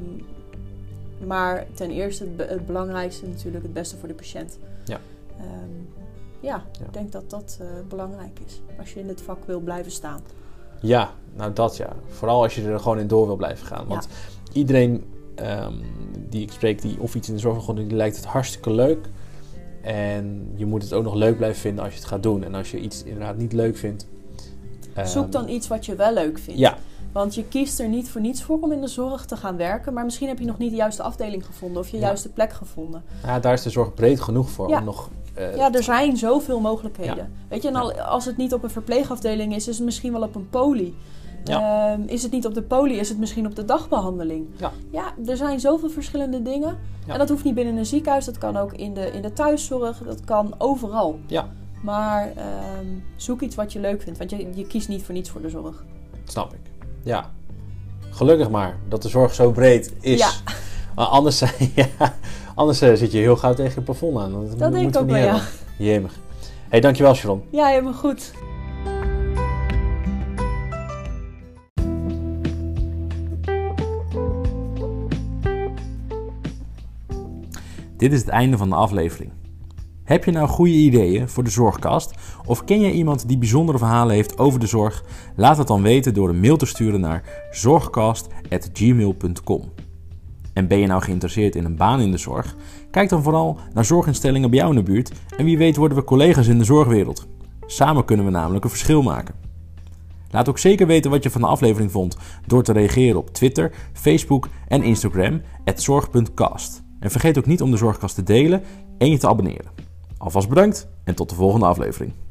Maar ten eerste het belangrijkste natuurlijk het beste voor de patiënt. Ja. Ik denk dat dat belangrijk is. Als je in het vak wil blijven staan. Ja, nou dat ja. Vooral als je er gewoon in door wil blijven gaan. Want iedereen die ik spreek die of iets in de zorg wil doen, die lijkt het hartstikke leuk. En je moet het ook nog leuk blijven vinden als je het gaat doen. En als je iets inderdaad niet leuk vindt. Zoek dan iets wat je wel leuk vindt. Ja. Want je kiest er niet voor niets voor om in de zorg te gaan werken. Maar misschien heb je nog niet de juiste afdeling gevonden. Of je juiste plek gevonden. Ja, daar is de zorg breed genoeg voor. Om nog, er zijn zoveel mogelijkheden. Ja. Weet je, en als het niet op een verpleegafdeling is het misschien wel op een poli. Ja. Is het niet op de poli, is het misschien op de dagbehandeling. Ja, er zijn zoveel verschillende dingen. Ja. En dat hoeft niet binnen een ziekenhuis. Dat kan ook in de thuiszorg. Dat kan overal. Ja. Maar zoek iets wat je leuk vindt. Want je kiest niet voor niets voor de zorg. Snap ik. Ja. Gelukkig maar dat de zorg zo breed is. Ja. Maar anders zit je heel gauw tegen het plafond aan. Dat denk ik ook wel, ja. Jemig. Hey, dankjewel Sharon. Ja, helemaal goed. Dit is het einde van de aflevering. Heb je nou goede ideeën voor de Zorgkast? Of ken jij iemand die bijzondere verhalen heeft over de zorg? Laat het dan weten door een mail te sturen naar zorgcast@gmail.com. En ben je nou geïnteresseerd in een baan in de zorg? Kijk dan vooral naar zorginstellingen bij jou in de buurt en wie weet worden we collega's in de zorgwereld. Samen kunnen we namelijk een verschil maken. Laat ook zeker weten wat je van de aflevering vond door te reageren op Twitter, Facebook en Instagram @zorg.cast. En vergeet ook niet om de Zorgcast te delen en je te abonneren. Alvast bedankt en tot de volgende aflevering.